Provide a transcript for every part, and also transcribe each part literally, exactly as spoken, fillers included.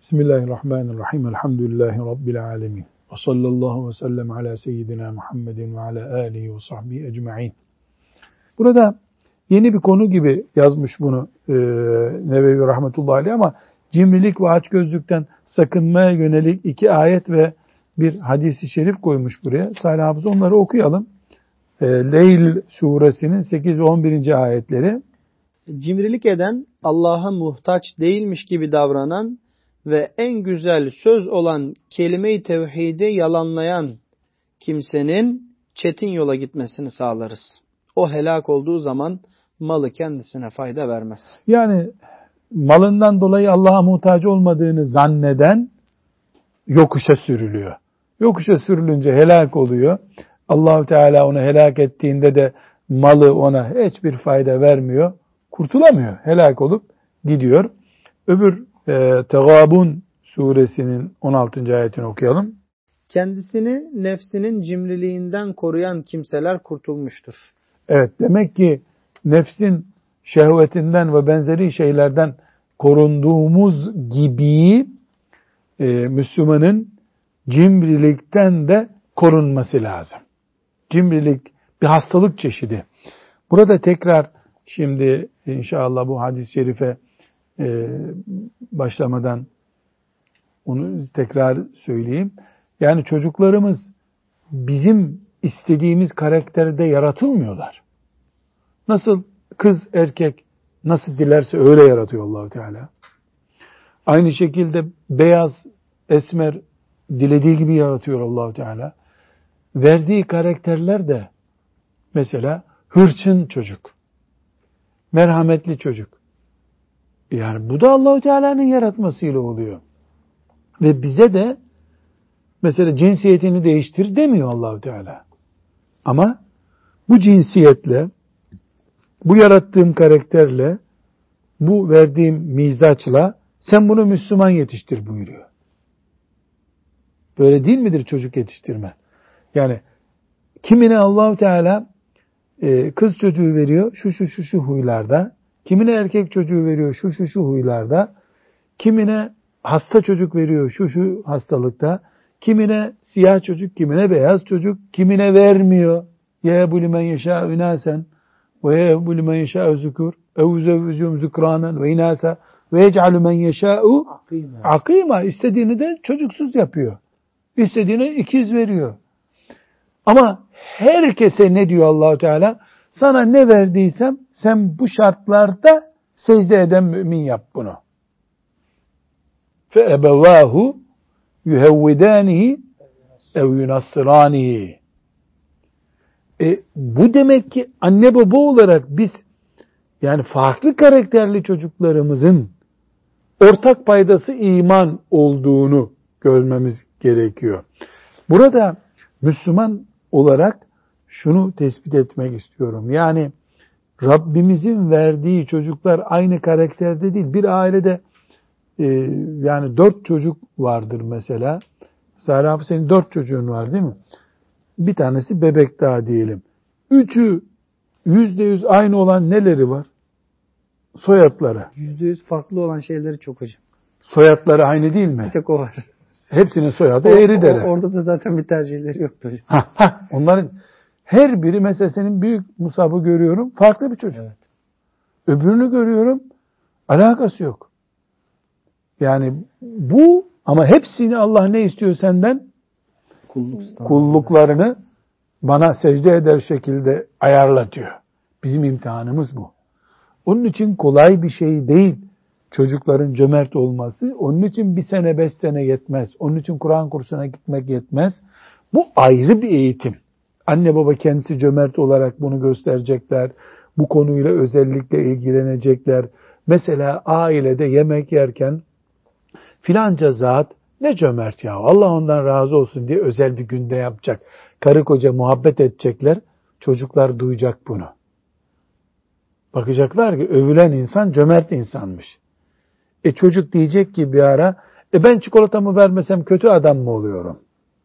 Bismillahirrahmanirrahim. Elhamdülillahi Rabbil alemin. Ve sallallahu ve sellem ala seyyidina Muhammedin ve ala alihi ve sahbihi ecma'in. Burada yeni bir konu gibi yazmış bunu e, Nevevi rahmetullahi aleyh ama cimrilik ve açgözlükten sakınmaya yönelik iki ayet ve bir hadisi şerif koymuş buraya. Salih Hafız onları okuyalım. E, Leyl suresinin sekiz ve on birinci ayetleri. Cimrilik eden, Allah'a muhtaç değilmiş gibi davranan ve en güzel söz olan kelime-i tevhidi yalanlayan kimsenin çetin yola gitmesini sağlarız. O helak olduğu zaman malı kendisine fayda vermez. Yani malından dolayı Allah'a muhtaç olmadığını zanneden yokuşa sürülüyor. Yokuşa sürülünce helak oluyor. Allah-u Teala onu helak ettiğinde de malı ona hiçbir fayda vermiyor. Kurtulamıyor. Helak olup gidiyor. Öbür e, Tegabun suresinin on altıncı ayetini okuyalım. Kendisini nefsinin cimriliğinden koruyan kimseler kurtulmuştur. Evet, demek ki nefsin şehvetinden ve benzeri şeylerden korunduğumuz gibi e, Müslümanın cimrilikten de korunması lazım. Cimrilik bir hastalık çeşidi. Burada tekrar şimdi inşallah bu hadis-i şerife e, başlamadan onu tekrar söyleyeyim. Yani çocuklarımız bizim istediğimiz karakterde yaratılmıyorlar. Nasıl kız erkek nasıl dilerse öyle yaratıyor Allah-u Teala. Aynı şekilde beyaz, esmer dilediği gibi yaratıyor Allah-u Teala. Verdiği karakterler de mesela hırçın çocuk, merhametli çocuk. Yani bu da Allah-u Teala'nın yaratmasıyla oluyor. Ve bize de mesela cinsiyetini değiştir demiyor Allah-u Teala. Ama bu cinsiyetle, bu yarattığım karakterle, bu verdiğim mizaçla sen bunu Müslüman yetiştir buyuruyor. Böyle değil midir çocuk yetiştirme? Yani kimine Allah-u Teala e, kız çocuğu veriyor şu şu şu şu huylarda, kimine erkek çocuğu veriyor şu şu şu huylarda, kimine hasta çocuk veriyor şu şu hastalıkta, kimine siyah çocuk, kimine beyaz çocuk, kimine vermiyor. يَيَبُ لِمَنْ يَشَاءُ اِنَاسًا وَيَيَبُ لِمَنْ يَشَاءُ ذُكُورًا اَوْزَوْزُمْ ذُكْرَانًا وَاِنَاسًا وَيَجْعَلُ مَنْ يَشَاءُ عَقِيمًا. İstediğini de çocuksuz yapıyor. İstediğine ikiz veriyor. Ama herkese ne diyor Allah-u Teala? Sana ne verdiysem sen bu şartlarda secde eden mümin yap bunu. فَاَبَوَاهُ يُهَوِّدَانِهِ اَوْ يُنَصِّرَانِهِ. E, bu demek ki anne baba olarak biz yani farklı karakterli çocuklarımızın ortak paydası iman olduğunu görmemiz gerekiyor. Burada Müslüman olarak şunu tespit etmek istiyorum. Yani Rabbimizin verdiği çocuklar aynı karakterde değil. Bir ailede e, yani dört çocuk vardır mesela. Salih abi senin dört çocuğun var değil mi? Bir tanesi bebek daha diyelim. Üçü yüzde yüz aynı olan neleri var? Soyadları. Yüzde yüz farklı olan şeyleri çok hocam. Soyadları aynı değil mi? Bir tek o var. Hepsinin soyadı Eğridere. Orada da zaten bir tercihleri yoktu hocam. Ha, ha, onların her biri mesela senin büyük Musab'ı görüyorum. Farklı bir çocuk. Evet. Öbürünü görüyorum. Alakası yok. Yani bu ama hepsini Allah ne istiyor senden? Kulluk Kulluklarını bana secde eder şekilde ayarla diyor. Bizim imtihanımız bu. Onun için kolay bir şey değil çocukların cömert olması. Onun için bir sene beş sene yetmez. Onun için Kur'an kursuna gitmek yetmez. Bu ayrı bir eğitim. Anne baba kendisi cömert olarak bunu gösterecekler. Bu konuyla özellikle ilgilenecekler. Mesela ailede yemek yerken filanca zat ne cömert ya Allah ondan razı olsun diye özel bir günde yapacak. Karı koca muhabbet edecekler. Çocuklar duyacak bunu. Bakacaklar ki övülen insan cömert insanmış. E çocuk diyecek ki bir ara e ben çikolatamı vermesem kötü adam mı oluyorum?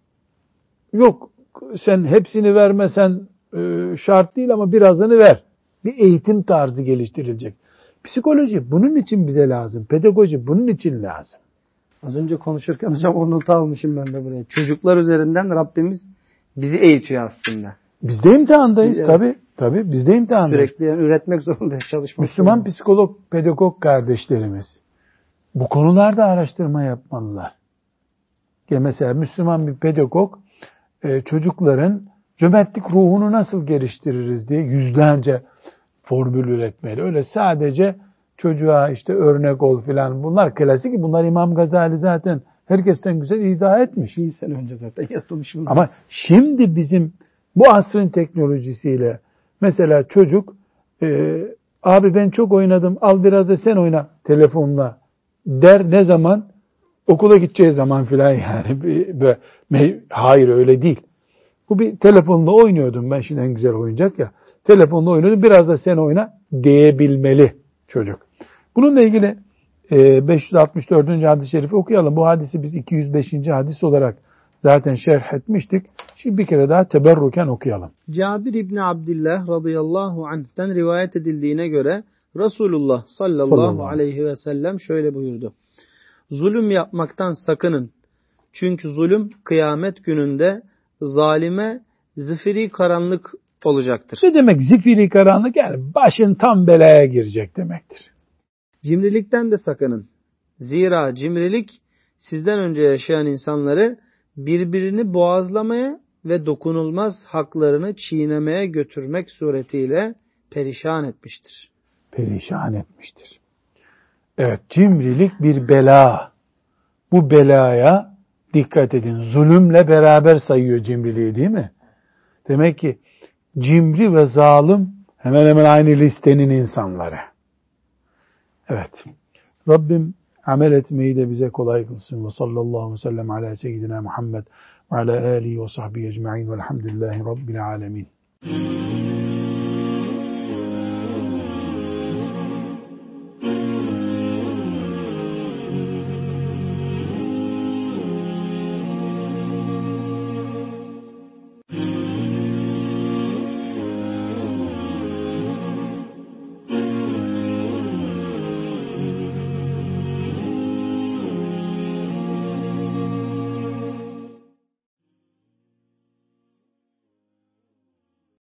Yok sen hepsini vermesen e, şart değil ama birazını ver. Bir eğitim tarzı geliştirilecek. Psikoloji bunun için bize lazım. Pedagoji bunun için lazım. Az önce konuşurken hocam o notu almışım ben de buraya. Çocuklar üzerinden Rabbimiz bizi eğitiyor aslında. Biz de imtihandayız. Evet. Tabii. Tabii biz de imtihandayız. Sürekli yani üretmek zorundayız, çalışmak Müslüman zorundayız. psikolog, pedagog kardeşlerimiz bu konularda araştırma yapmalılar. Ya mesela Müslüman bir pedagog e, çocukların cömertlik ruhunu nasıl geliştiririz diye yüzlerce formül üretmeli. Öyle sadece çocuğa işte örnek ol filan, bunlar klasik. Bunlar İmam Gazali zaten herkesten güzel izah etmiş. Bir sene önce zaten yazılmış bunlar. Ama şimdi bizim bu asrın teknolojisiyle mesela çocuk e, abi ben çok oynadım, al biraz da sen oyna telefonla der. Ne zaman? Okula gideceği zaman filan yani. Böyle, hayır öyle değil. Bu bir telefonla oynuyordum ben, şimdi en güzel oyuncak ya. Telefonla oynuyordum, biraz da sen oyna diyebilmeli çocuk. Bununla ilgili beş yüz altmış dördüncü hadis-i şerifi okuyalım. Bu hadisi biz iki yüz beşinci hadis olarak zaten şerh etmiştik. Şimdi bir kere daha teberruken okuyalım. Cabir İbni Abdillah radıyallahu anh'ten rivayet edildiğine göre Resulullah sallallahu, sallallahu aleyhi ve sellem şöyle buyurdu. Zulüm yapmaktan sakının. Çünkü zulüm kıyamet gününde zalime zifiri karanlık olacaktır. Ne demek zifiri karanlık? Yani başın tam belaya girecek demektir. Cimrilikten de sakının. Zira cimrilik sizden önce yaşayan insanları birbirini boğazlamaya ve dokunulmaz haklarını çiğnemeye götürmek suretiyle perişan etmiştir. Perişan etmiştir. Evet, cimrilik bir bela. Bu belaya dikkat edin. Zulümle beraber sayıyor cimriliği, değil mi? Demek ki cimri ve zalim hemen hemen aynı listenin insanları. Evet. Rabbim amel etmeyi de bize kolay kılsın. Ve sallallahu aleyhi ve sellem ala seyyidina Muhammed ve ala alihi ve sahbihi ecma'in velhamdülillahi rabbil alemin.